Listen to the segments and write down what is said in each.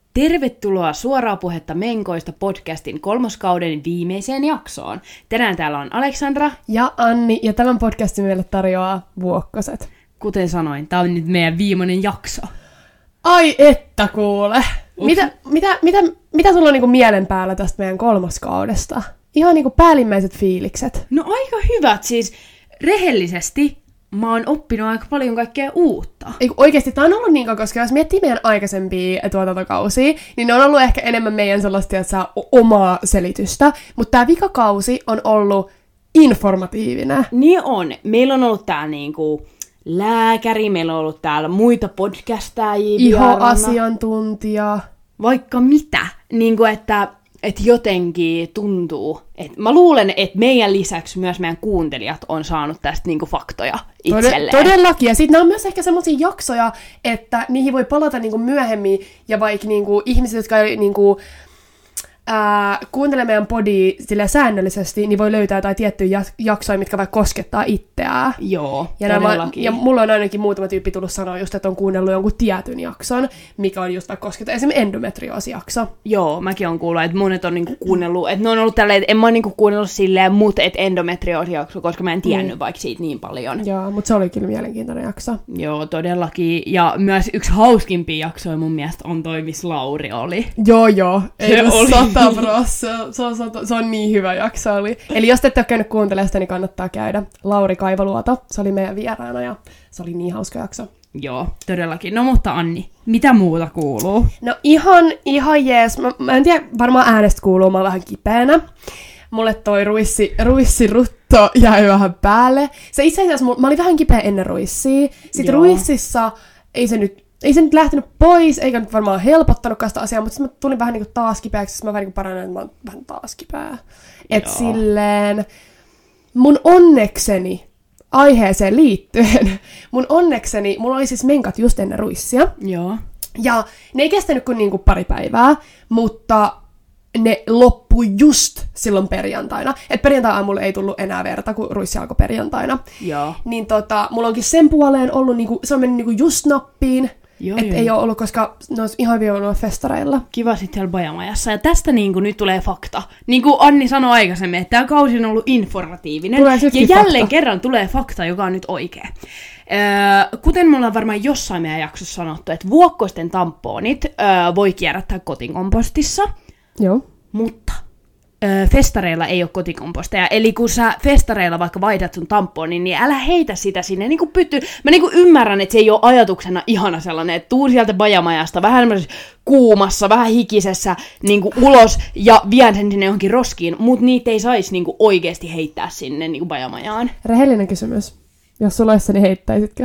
Tervetuloa Suoraa puhetta Menkoista podcastin 3. kauden viimeiseen jaksoon. Tänään täällä on Aleksandra ja Anni, ja tämän podcastin meille tarjoaa Vuokkoset. Kuten sanoin, tää on nyt meidän viimeinen jakso. Ai että kuule! Mitä sulla on niinku mielen päällä tästä meidän 3. kaudesta? Ihan niinku päällimmäiset fiilikset. No aika hyvät, siis rehellisesti mä oon oppinut aika paljon kaikkea uutta. Oikeesti tää on ollut niin, koska jos miettii meidän aikaisempia tuotantokausia, niin ne on ollut ehkä enemmän meidän sellaista, että saa omaa selitystä. Mutta tää vikakausi on ollut informatiivinen. Niin on. Meillä on ollut täällä niinku lääkäri, meillä on ollut täällä muita podcastajia. Iho-asiantuntija. Vaikka mitä. Niinku että jotenkin tuntuu, että mä luulen, että meidän lisäksi myös meidän kuuntelijat on saanut tästä niinku faktoja itselleen. Todellakin. Ja sitten nämä on myös ehkä semmoisia jaksoja, että niihin voi palata niinku myöhemmin, ja vaikka niinku ihmiset, jotka niinku kuuntelee meidän podia säännöllisesti, niin voi löytää jotain tiettyjä jaksoja, mitkä vaikka koskettaa itseään. Joo, ja todellakin. Ja mulla on ainakin muutama tyyppi tullut sanoa just, että on kuunnellut jonkun tietyn jakson, mikä on just vaikka koskettaa esimerkiksi endometrioosijakso. Joo, mäkin on kuullut, että monet on niinku kuunnellut, että ne on ollut tälleen, että en mä ole niinku kuunnellut silleen, mutta että endometrioosijakso, koska mä en tiennyt vaikka siitä niin paljon. Joo, mutta se oli kyllä mielenkiintoinen jakso. Joo, todellakin. Ja myös yksi hauskimpia jaksoja mun mielestä on toi, missä Lauri oli. Joo. Se oli. Se on niin hyvä jakso oli. Eli jos te ette ole käynyt kuuntelemaan sitä, niin kannattaa käydä. Lauri Kaivoluoto, se oli meidän vieraana ja se oli niin hauska jakso. Joo, todellakin. No mutta Anni, mitä muuta kuuluu? No ihan jees. Mä en tiedä, varmaan äänestä kuuluu, mä oon vähän kipeänä. Mulle toi ruissirutto jäi vähän päälle. Se itse asiassa, mä olin vähän kipeä ennen ruissia. Sitten ruississa ei se nyt lähtenyt pois, eikä nyt varmaan helpottanutkaan sitä asiaa, mutta sitten mä tulin vähän niinku taas kipeäksi, sitten mä vähän niinku paranen, että mä oon vähän taas kipeä. Et silleen, mun onnekseni, aiheeseen liittyen, mulla oli siis menkat just ennen ruissia. Joo. Ja ne ei kestänyt kuin niinku pari päivää, mutta ne loppui just silloin perjantaina. Et perjantai-aamulla ei tullut enää verta, kun ruissi alkoi perjantaina. Joo. Niin mulla onkin sen puoleen ollut, niinku, se on mennyt niinku just nappiin. Että ei ole ollut, koska ne olisi ihan vielä ollut festareilla. Kiva sitten siellä bajamajassa. Ja tästä nyt tulee fakta. Niin kuin Anni sanoi aikaisemmin, että tämä kausi on ollut informatiivinen. Ja jälleen kerran tulee fakta, joka on nyt oikea. Kuten me ollaan varmaan jossain meidän jaksossa sanottu, että vuokkoisten tampoonit voi kierrättää kotinkompostissa. Joo. Mutta festareilla ei ole kotikomposteja. Eli kun sä festareilla vaikka vaihdat sun tampoonin, niin älä heitä sitä sinne niin kuin pytty. Mä niin kuin ymmärrän, että se ei ole ajatuksena ihana sellainen, että tuu sieltä bajamajasta vähän kuumassa, vähän hikisessä niin kuin ulos ja vien sen sinne johonkin roskiin, mutta niitä ei saisi niin kuin oikeasti heittää sinne niin kuin bajamajaan. Rehellinen kysymys. Jos sulla olisi, niin heittäisitkö?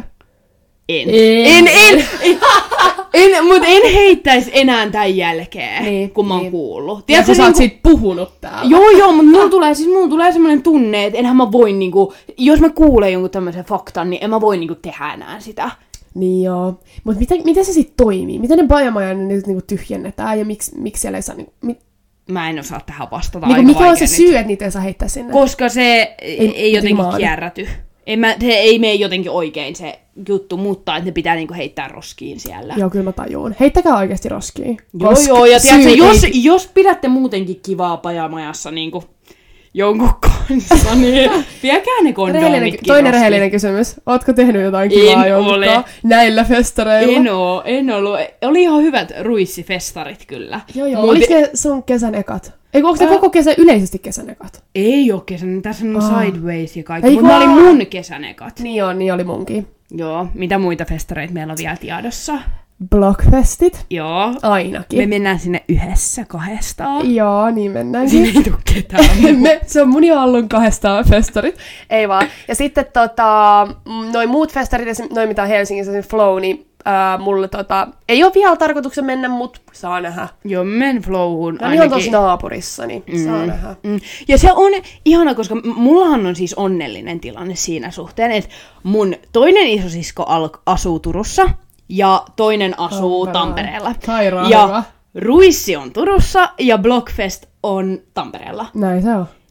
Mutta en heittäisi enää tämän jälkeen, kun mä oon kuullut. Tiedätkö, sä oot siitä puhunut täällä. Joo, mutta mulla tulee semmoinen tunne, että enhän mä voi niinku, jos mä kuulen jonkun tämmöisen faktan, niin en mä voi niinku tehdä enää sitä. Niin joo. Mutta miten se sitten toimii? Miten ne bajamajan nyt niinku tyhjennetään ja miksi siellä ei saa niinku... Mä en osaa tähän vastata niinku, mikä on se syy, että niitä ei saa heittää sinne? Koska se ei jotenkin kierräty. Se ei mene jotenkin oikein se juttu, mutta että ne pitää niinku heittää roskiin siellä. Joo, kyllä mä tajuun. Heittäkää oikeasti roskiin. Joo, ja tiedätkö, jos pidätte muutenkin kivaa pajamajassa niinku jonkun kanssa, niin viekää ne kondomitkin. Toinen rehellinen kysymys. Ootko tehnyt jotain kivaa jonkunkaan näillä festareilla? En ollut. Oli ihan hyvät ruissifestarit kyllä. Joo. Oliko ne sun kesän ekat? Onko se koko kesä yleisesti kesän ekat? Ei oo kesän. Tässä on Sideways ja kaikki. Mutta ne oli mun kesän ekat. Niin oli munkin. Joo. Mitä muita festareita meillä on vielä tiedossa? Blockfestit. Joo. Ainakin. Me mennään sinne yhdessä 2. Joo, niin mennään. Siinä ei tule ketään. Se on mun ja Allun 2 festarit. Ei vaan. Ja sitten noin muut festarit, noin mitä on Helsingissä, se Flow, niin mulle ei ole vielä tarkoituksen mennä, mutta saa nähdä. Joo, men Flowhun ainakin. On tuossa naapurissa, niin saa nähdä. Ja se on ihana, koska mullahan on siis onnellinen tilanne siinä suhteen, että mun toinen isosisko asuu Turussa ja toinen asuu Tampereella. Ja Ruissi on Turussa ja Blockfest on Tampereella. Näin se on.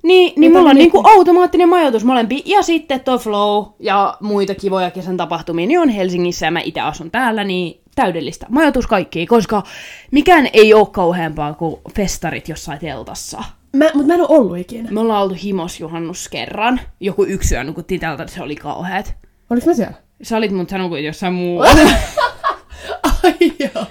Niin mulla on niinku automaattinen majoitus molempiin. Ja sitten toi Flow ja muita kivoja kesän tapahtumia, niin on Helsingissä ja mä itse asun täällä, niin täydellistä. Majoitus kaikkiin, koska mikään ei ole kauheampaa kuin festarit jossain teltassa. Mutta mä en ole ollut ikinä. Me ollaan oltu himosjuhannus kerran. Joku yksi yö nukuttiin tältä, se oli kauheat. Oliko mä siellä? Sä olit, mutta sä nukuit jossain muualla. Ai joo.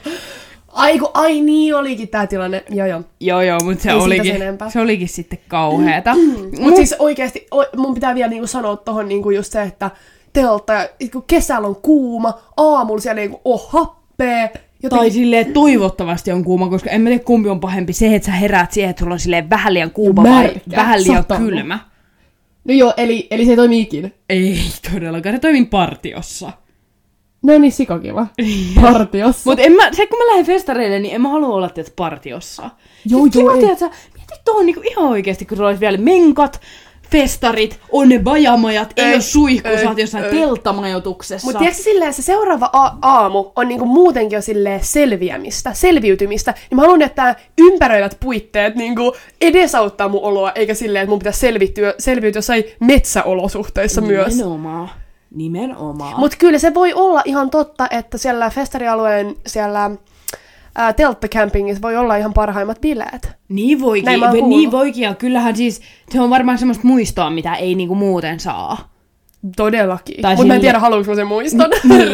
Ai niin olikin tää tilanne. Joo, mutta se olikin sitten kauheata. Mutta siis oikeesti, mun pitää vielä niinku sanoa tohon niinku just se, että teltta, kun kesällä on kuuma, aamulla siellä niinku happea. Tai silleen toivottavasti on kuuma, koska en mä tiedä kumpi on pahempi se, että sä heräät siihen, että sulla on silleen vähän liian kuuma vai vähän liian kylmä. No joo, eli se ei toimi ikinä. Ei todellakaan, se toimin partiossa. No niin, sikakiva. Partiossa. Mut kun mä lähden festareille, niin en mä halua olla partiossa. Joo, mietit tuohon niinku ihan oikeesti, kun sulla olisi vielä menkat, festarit, on ne bajamajat, ei ole suihkusaat jossain telttamajoituksessa. Mutta tiedätkö silleen, se seuraava aamu on niinku muutenkin jo silleen selviytymistä. Niin mä haluan, että tää ympäröivät puitteet niinku edesauttaa mun oloa, eikä silleen, että mun pitäisi selviytyä jossain metsäolosuhteissa myös. Nimenomaan. Mutta kyllä se voi olla ihan totta, että siellä festarialueen siellä telttacampingissa voi olla ihan parhaimmat bileet. Niin voikin, ja kyllähän siis se on varmaan semmoista muistoa, mitä ei niinku muuten saa. Todellakin. Mutta mä en tiedä, haluanko mä sen muiston.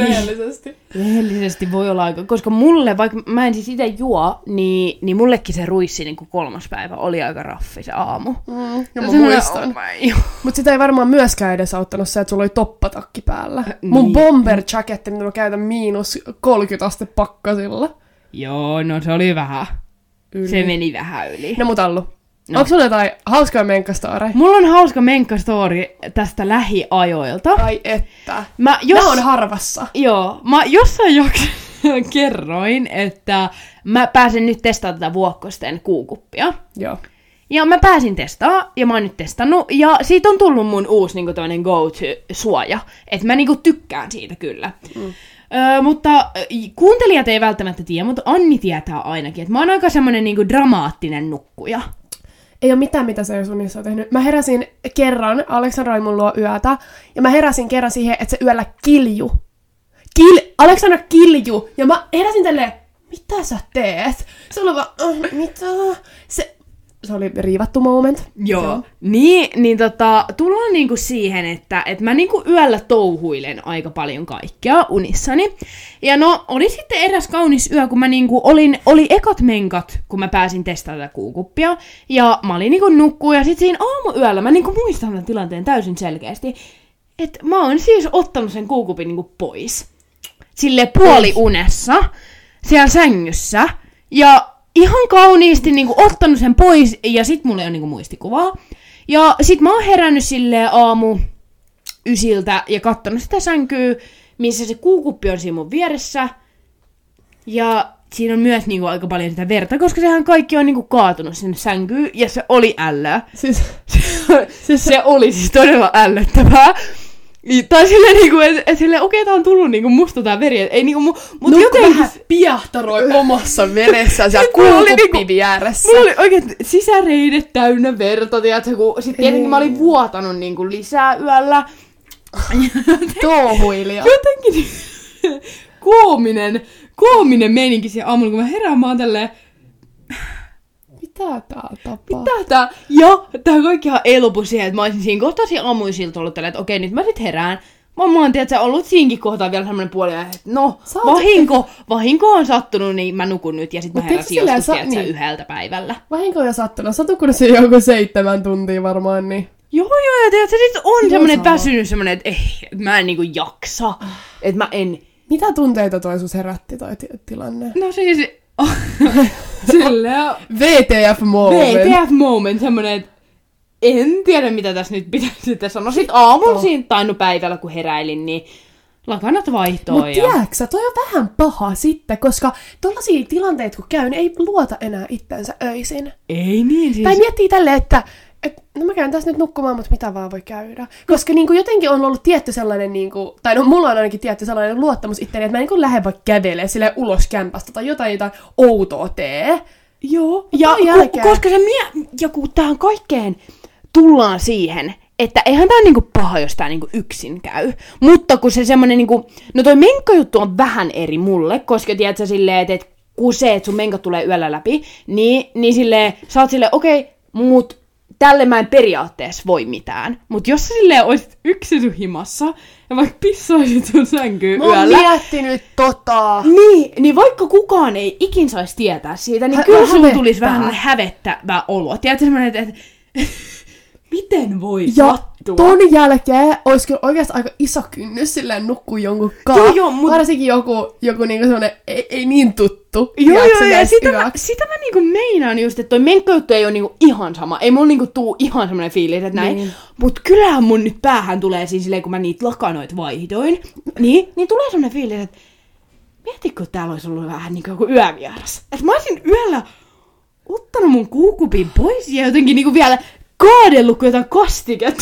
Rehellisesti voi olla aika, koska mulle, vaikka mä en siis itse juo, niin mullekin se ruissi niin kuin 3. päivä oli aika raffi se aamu. Ja mä muistan. Mutta sitä ei varmaan myöskään edesauttanut se, että sulla oli toppatakki päällä. Mun bomber jacketti, mitä mä käytän -30 aste pakkasilla. Joo, no se oli vähän. Se meni vähän yli. No mut Allu, onko sulla jotain hauskaa menkkastooreja? Mulla on hauska menkkastoori tästä lähiajoilta. Ai että. Mä oon harvassa. Joo, mä jossain kerroin, että mä pääsen nyt testaamaan tätä Vuokkosten kuukuppia. Joo. Ja mä pääsin testaa, ja mä oon nyt testannut, ja siitä on tullut mun uusi niinku toinen go-to-suoja. Että mä niinku tykkään siitä kyllä. Mutta kuuntelijat ei välttämättä tiedä, mutta Anni tietää ainakin, että mä oon aika semmonen niinku dramaattinen nukkuja. Ei ole mitään, mitä se ei unissa tehnyt. Mä heräsin kerran, Aleksandra oli mun luo yötä, ja mä heräsin kerran siihen, että se yöllä kilju. Aleksandra kilju! Ja mä heräsin tälleen, mitä sä teet? Se oli vaan, mitä? Se oli riivattu moment. Joo. Niin tullaan niinku siihen, että mä niinku yöllä touhuilen aika paljon kaikkea unissani. Ja no, oli sitten eräs kaunis yö, kun mä niinku oli ekat menkat, kun mä pääsin testaamaan tätä kuukuppia. Ja mä olin niinku nukkuu, ja sit siinä aamuyöllä mä niinku muistan tämän tilanteen täysin selkeästi. Että mä oon siis ottanut sen kuukupin niinku pois. Silleen puoliunessa, siellä sängyssä. Ja ihan kauniisti niinku ottanut sen pois, ja sit mulla ei ole niinku muistikuvaa. Ja sit mä oon herännyt silleen aamu 9 ja kattonut sitä sänkyä, missä se kuukuppi on siinä mun vieressä. Ja siinä on myös niinku aika paljon sitä verta, koska sehän kaikki on niinku kaatunut sinne sänkyyn, ja se oli ällöä. Siis se oli siis todella ällöttävää. Tai silleen niinku, että silleen okei, tää on tullut niinku musta tää veri, ei niinku mut jotenkin vähän piahtaroi omassa veressä siellä kuukuppi vieressä. Mulla oli oikein sisäreidet täynnä verta, tiiätkö, kun sit tietenkin mä olin vuotanut niinku lisää yöllä. Touhuilija. Jotenkin koominen meininki siellä aamulla, kun mä herään, mä oon tälleen, mitä tää tapahtuu? Ja tää kaikkihan ei lopu siihen, että mä olisin siinä kohtaa aamuisilta ollut tälleen, että okei, nyt mä sit herään. Mä oon tiedätkö, ollut siinkin kohtaa vielä semmonen puoli, että no, vahinko on sattunut, niin mä nukun nyt, ja sit mä heräsin joskus, tiedätkö, 1 päivällä. Vahinko on jo sattunut, sä nukkunut siinä joku 7 tuntia varmaan, niin. Joo, ja tiedätkö, sit on semmonen väsynyt semmonen, että mä en niinku jaksa, että mä en. Mitä tunteita toi sus herätti toi tilanne? No siis, silleen VTF moment, semmonen, että en tiedä mitä tässä nyt pitäisi sitten sanoa. Sitten aamulla siinä tainnut päivällä, kun heräilin, niin lakanat vaihtoi. Mutta tiedätkö, toi on vähän paha sitten, koska tollaisia tilanteita kun käy, niin ei luota enää itsensä öisin. Ei niin siis. Tai miettii tälleen, että no mä käyn tässä nyt nukkumaan, mutta mitä vaan voi käydä. Koska niinku jotenkin on ollut tietty sellainen, niinku, tai no mulla on ainakin tietty sellainen luottamus itseäni, että mä niinku lähden vaikka kävelemään silleen ulos kämpästä tai jotain outoa tee. Joo, ja koska se kun tähän kaikkeen tullaan siihen, että eihän tää niinku paha, jos tää niinku yksin käy. Mutta kun se semmonen niinku, no toi menkkajuttu on vähän eri mulle, koska tiedätkö silleen, että kun se, että sun menka tulee yöllä läpi, niin silleen, sä oot silleen, okei, mut tälle mä en periaatteessa voi mitään. Mut jos sä silleen oisit yksin sun himassa, ja vaikka pissaisit sun sänkyyn yöllä. Mä oon miettinyt Niin vaikka kukaan ei ikin saisi tietää siitä, niin kyllä sulla tulisi vähän hävettävää oloa. Tiedätkö semmonen, että miten voi sattua? Ton jälkeen olisi kyllä oikeasti aika iso kynnys silleen nukkuu jonkun kanssa. Joo, varsinkin joku niinku semmonen ei niin tuttu. Joo, ja sitä mä niinku meinaan just, että toi menkkajuttu ei oo niinku ihan sama. Ei mulla niinku tuu ihan semmonen fiilis, että näin. Niin. Mut kyllähän mun nyt päähän tulee siis silleen, kun mä niitä lakanoit vaihdoin. Niin tulee semmonen fiilis, että mieti, kun täällä olisi ollut vähän niinku joku yövieras. Että mä olisin yöllä ottanut mun kuukupin pois ja jotenkin niinku vielä kaadellut jotain kastiketta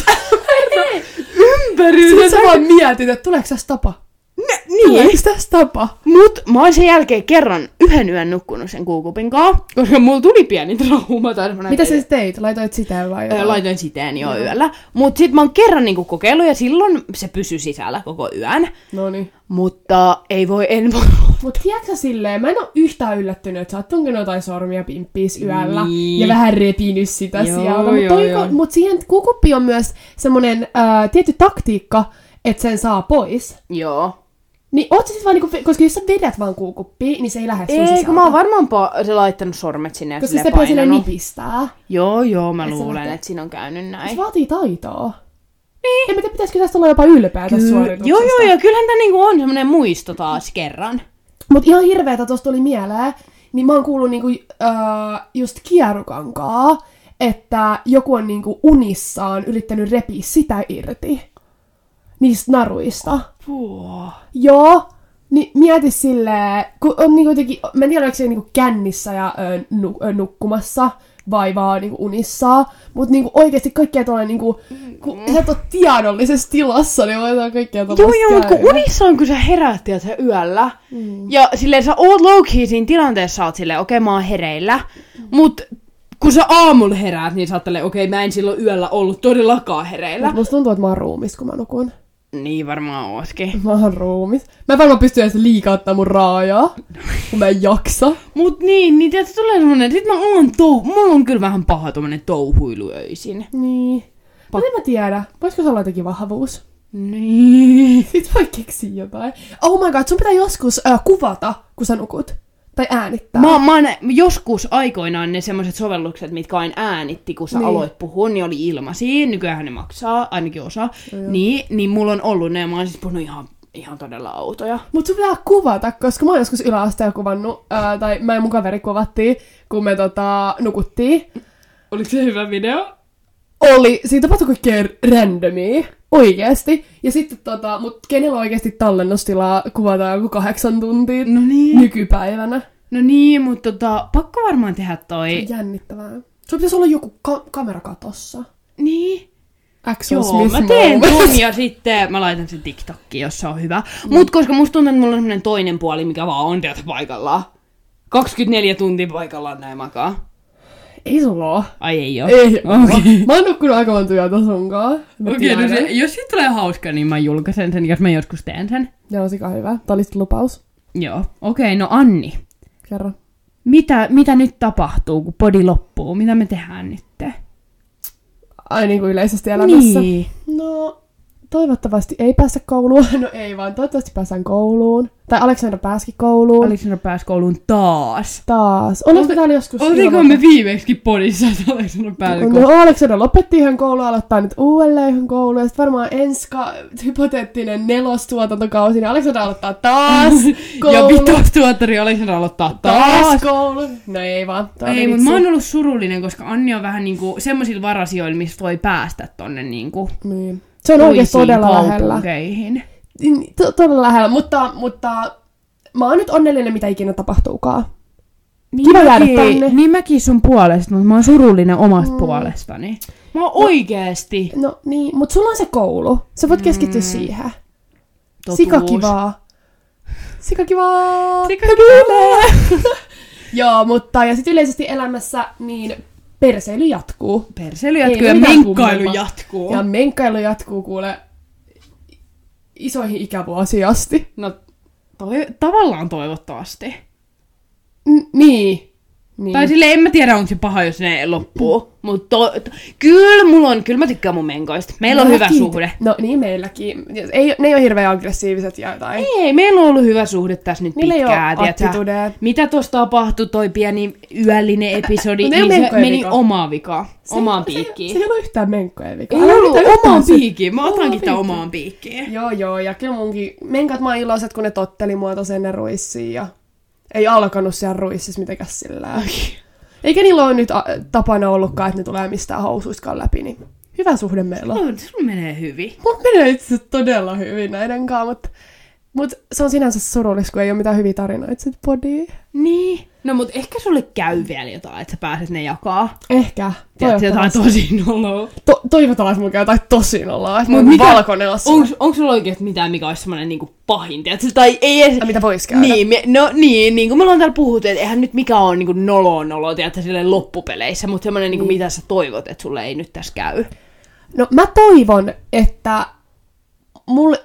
ympäri. Sitten sä vaan mietit, että tuleeko tästä tapa? Niin. Tuleeko tästä tapa? Mut mä oon sen jälkeen kerran yhden yön nukkunut sen kuukupin kanssa, koska mulla tuli pieni trauma. Mitä sä teit? Laitoit siteen vai jotain? Laitoin siteen jo yöllä. Mut sit mä oon kerran niinku kokeillut ja silloin se pysyi sisällä koko yön. Noniin. Mutta en voi. Mut tiedätkö silleen, mä en oo yhtään yllättynyt, että sä oot tunkenut jotain sormia pimppiis yöllä ja vähän repinyt sitä sieltä. Mut siihen kuukuppi on myös semmonen tietty taktiikka, että sen saa pois. Joo. Niin oot sä sit vaan niinku, koska jos sä vedät vaan kuukuppiin, niin se ei lähde sun sisältä. Ei, kun mä oon varmaan se laittanut sormet sinne ja koska sitä pitää silleen nipistää. Joo, mä luulen, että siinä on käynyt näin. Se vaatii taitoa. Niin. En mä tiedä, pitäisikö tästä olla jopa ylpeä tästä suorituksesta. Joo, ja kyllähän tää niinku on semmonen muisto taas kerran. Mut ihan hirveetä tosta tuli mieleen, niin mä oon kuullut niinku, just Kierukankaa, että joku on niinku unissaan yrittänyt repiä sitä irti. Niistä naruista. Joo, niin mieti silleen, kun on niinku jotenkin, mä en tiedä, oliko se niinku kännissä ja nukkumassa, vai vaan niinku unissaan, mut niinku oikeesti kaikkea tuolla niinku, kun sä et oo tiedollisessa tilassa, niin voidaan kaikkea tuollaista Joo, mutta kun unissaan, kun sä heräät yöllä, ja silleen sä oot low-key siinä tilanteessa, oot silleen, okei, mä oon hereillä, mut kun sä aamulla heräät, niin sä oot tälleen, okei, mä en silloin yöllä ollut todellakaan hereillä. Musta tuntuu, että mä oon ruumis, kun mä nukun. Niin varmaan ooskin. Mä oon ruumis. Mä en varmaan pysty edes liikaa ottaa mun raajaa, kun mä en jaksa. Mut niin tiedätkö, tulee semmonen, sit mulla on kyllä vähän paha tommonen touhuilu öisin. Niin. Mutta en mä tiedä, voisiko se olla jotenkin vahvuus? Niin. Sit voi keksiä jotain. Oh my god, sun pitää joskus kuvata, kun sä nukut. Tai äänittää. Mä oon joskus aikoinaan ne semmoiset sovellukset, mitkä aina äänitti, kun sä aloit puhua, niin oli ilmaisia. Nykyään ne maksaa, ainakin osa. Niin mulla on ollut ne, ja mä oon siis puhunut ihan todella autoja. Mut sun pitää kuvata, koska mä oon joskus yläasteella kuvannut, tai mä ja mun kaveri kuvattiin, kun me nukuttiin. Oliko se hyvä video? Oli. Siitä tapahtui kaikkea randomia. Oikeesti. Ja sitten mut kenellä oikeesti tallennustilaa kuvataan joku 8 tuntia nykypäivänä. No niin, mutta pakko varmaan tehdä toi. Se on jännittävää. Sun pitäisi olla joku kamera katossa. Niin. Joo, mä teen ton ja sitten mä laitan sen TikTokkiin, jos se on hyvä. Mut koska musta tuntuu, että mulla on semmonen toinen puoli, mikä vaan on täältä paikallaan. 24 tuntia paikallaan näin makaa. Ei sulla oo. Ai ei oo. Ei okay. Mä oon nukkunut aika monta yötä sunkaan. Okei, no jos siitä tulee hauska, niin mä julkaisen sen, jos mä joskus teen sen. Joo, sika hyvä. Tää oli sitten lupaus. Joo. Okei, no Anni. Kerro. Mitä nyt tapahtuu, kun podi loppuu? Mitä me tehdään nyt? Ai niin kuin yleisesti elämässä? Niin. No, toivottavasti ei päästä kouluun. No ei vaan, toivottavasti päästään kouluun. Tai Aleksandra pääski kouluun. Aleksandra pääsi kouluun taas. Oliko täällä joskus? Oliko me viimeksikin podissa, että Aleksandra pääsi kouluun? No Aleksandra lopetti ihan koulu, aloittaa nyt uudelleen ihan koulu. Ja sitten varmaan hypoteettinen 4. tuotantokausi, niin Aleksandra aloittaa taas koulu. Ja 5. tuottori Aleksandra aloittaa taas koulu. No ei vaan. Ei, mutta mä oon ollut surullinen, koska Anni on vähän niinku semmosilla varasioilla, mistä voi päästä tonne niinku... Niin. Se on oikeesti todella lähellä. Todella lähellä, mutta mä oon nyt onnellinen, mitä ikinä tapahtuukaan. Kiva jäädä tänne. Niin mäkin sun puolesta, mutta mä oon surullinen omasta puolestani. Mä oon oikeesti. No niin, mutta sulla on se koulu. Sä voit keskittyä siihen. Totuus. Sikakivaa. Joo, mutta ja sit yleisesti elämässä, niin perseily jatkuu. Perseily jatkuu ja menkkailu jatkuu. Ja menkkailu jatkuu kuule isoihin ikävuosiin asti. No tavallaan toivottavasti. Niin. Tai silleen en mä tiedä, onko se paha, jos ne loppuu. Mutta kyllä mä tykkään mun menkoista. Meillä on hyvä suhde. No niin, meilläkin. Ne ei ole hirveän aggressiiviset ja jotain. Ei, meillä on ollut hyvä suhde tässä nyt pitkään. Mitä tuossa tapahtui, toi pieni yöllinen episodi, niin se meni omaan vikaan. Omaan piikkiin. Se ei ollut yhtään menkkojen vikaa. Ei ollut omaan piikkiin. Mä otankin tämän omaan piikkiin. Joo, ja kyllä munkin menkat mä oon iloiset, kun ne totteli mua tos ennen ruissiin ja ei alkanut siellä ruississa mitenkään sillä. Eikä niillä ole nyt tapana ollutkaan, että ne tulee mistään housuiskaan läpi, niin hyvä suhde meillä on. Sulla menee hyvin. Mulla menee itse todella hyvin näiden kanssa, mutta se on sinänsä surullista, kun ei ole mitään hyviä tarinoita sit podiin. Niin. No mut ehkä sulle käy vielä jotain, että sä pääset ne jakaa. Ehkä. Tiedätkö jotain tosi noloa? Toivotaan, että mulla käy jotain tosi noloa. Että mä valkoinen osa. Onko sulla oikeesti mitään, mikä olisi semmonen niinku pahin, tiedätkö? Tai ei edes... Mitä vois käydä? Niin kuin me ollaan täällä puhuttu, että eihän nyt mikä on niinku nolo, tiedätkö, silleen loppupeleissä, mutta semmonen niinku, mitä sä toivot, että sulle ei nyt tässä käy. No mä toivon, että mulla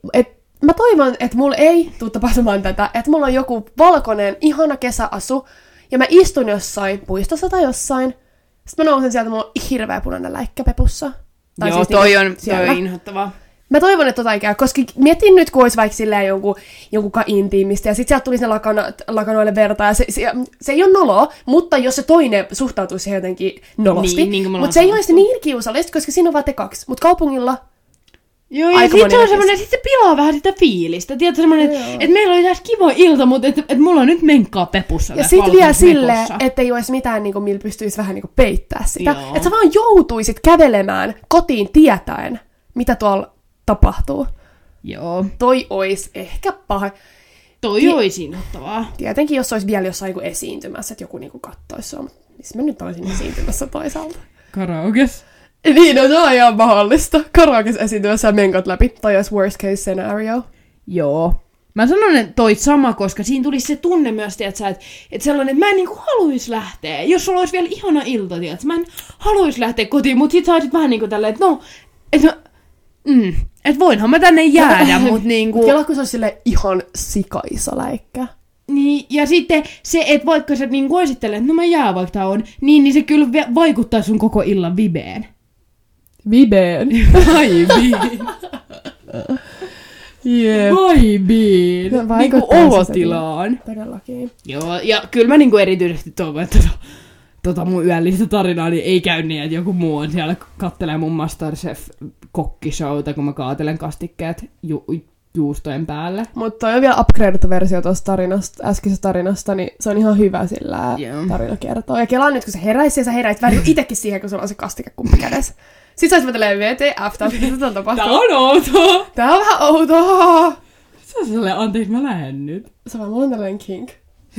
ei tule tapahtumaan tätä, että mulla on joku valkoinen, ihana kesäasu, ja mä istun jossain puistossa tai jossain, sitten mä nousen sieltä, mulla on hirveä punainen läikkä pepussa. Tai joo, siis toi on inhottavaa. Mä toivon, että tota ei käy, koska mietin nyt, kun olisi vaikka silleen jonkun intiimistä, ja sit sieltä tulisi ne lakanoille verta, ja se ei ole noloa, mutta jos se toinen suhtautuisi siihen jotenkin nolosti, niin mutta se ei olisi niin kiusallista, koska siinä on vaan te kaksi, mutta kaupungilla... Joo, ja sit se on semmonen, sit se pilaa vähän sitä fiilistä. Tiedätkö semmonen, että meillä oli tässä kiva ilta, mutta et mulla on nyt menkkaa pepussa. Ja sit vielä silleen, ettei olisi mitään, niinku, millä pystyisi vähän niinku peittää sitä. Että sä vaan joutuisit kävelemään kotiin tietäen, mitä tuolla tapahtuu. Joo. Toi ois ehkä paha. Toi ois inhottavaa. Tietenkin, jos olisi vielä jossain niinku esiintymässä, että joku niinku kattoisi sua. Missä mä nyt olisin esiintymässä toisaalta? Karaokes. Niin, no se on ihan mahdollista. Karaokes esiintymässä menkot läpi. Toi olisi worst case scenario. Joo. Mä sanon, että toi sama, koska siinä tulisi se tunne myös, tiiätkö, että sellainen, että mä en niinku haluis lähteä. Jos sulla olisi vielä ihana ilta, tiiätkö, mä en haluis lähteä kotiin, mutta sit sä olisit vähän niinku tälleen, että että voinhan mä tänne jäädä, mut niinku... Kela, kun se olisi silleen ihan sikaiso läikkä. Niin, ja sitten se, että vaikka sä niinku oisit tälleen, että no mä jää vaikka tää on, niin se kyllä vaikuttaa sun koko illan vibeen. Vibeen. Vibiin. Jep. Vibiin. Niinku olotilaan. Todellakin. Joo, ja kyllä mä niinku erityisesti toivon, että tota mun yöllistä tarinaa niin ei käy niin, että joku muu on siellä kattelee mun MasterChef-kokkishowta, kun mä kaatelen kastikkeet juustojen päälle. Mutta toi on vielä upgradeattu versio tuosta äskeisestä tarinasta, niin se on ihan hyvä sillä tarina kertoo. Ja kelaa nyt, kun sä heräisi ja sä heräit vähän itekin siihen, kun sulla on se kastike kumpi kädessä. Sitten sä olisit tälleen WTF, mitä on tapahtunut. Tää on outoa. Tää on vähän outoa. Se on sellainen, anteeksi, mä lähden nyt. Se on mulla on tällainen kink.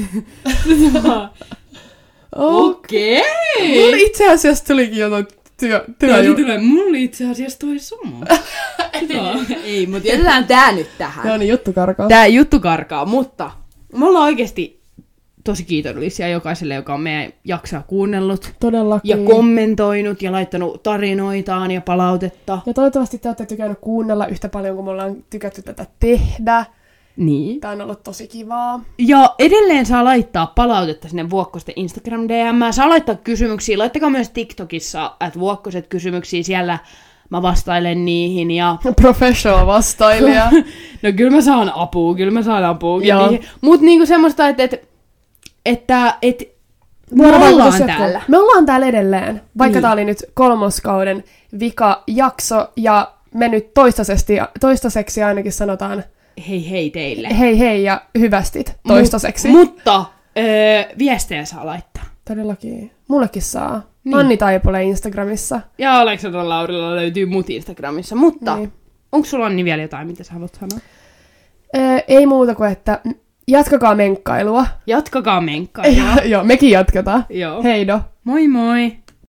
Okei. Mulla itse asiassa tulikin jotain Mulla itse asiassa toi sama. Ei, mutta jätetään tää nyt tähän. No niin, juttu karkaa. Tää juttu karkaa, mutta me ollaan oikeesti tosi kiitollisia jokaiselle, joka on meidän jaksaa kuunnellut. Todellakin. Ja kommentoinut ja laittanut tarinoitaan ja palautetta. Ja toivottavasti te olette tykännyt kuunnella yhtä paljon, kuin me ollaan tykätty tätä tehdä. Niin. Tää on ollut tosi kivaa. Ja edelleen saa laittaa palautetta sinne Vuokkosten Instagram DM. Saa laittaa kysymyksiä. Laittakaa myös TikTokissa, että Vuokkoset kysymyksiä. Siellä mä vastailen niihin. Ja... Professional vastailija. No kyllä mä saan apua. Mut niinku semmoista, että me ollaan täällä. Me ollaan täällä edelleen. Vaikka tää oli nyt 3. kauden vika jakso. Ja me nyt toistaiseksi ainakin sanotaan... Hei teille. Hei ja hyvästit toistaiseksi. Mutta viestejä saa laittaa. Todellakin. Mullekin saa. Niin. Anni Taipale Instagramissa. Ja Aleksandra Laurilla löytyy mut Instagramissa. Mutta niin. Onko sulla Anni vielä jotain, mitä sä haluat sanoa? Ei muuta kuin, että jatkakaa menkkailua. Jatkakaa menkkailua. Joo, mekin jatketaan. Joo. Heido. Moi moi.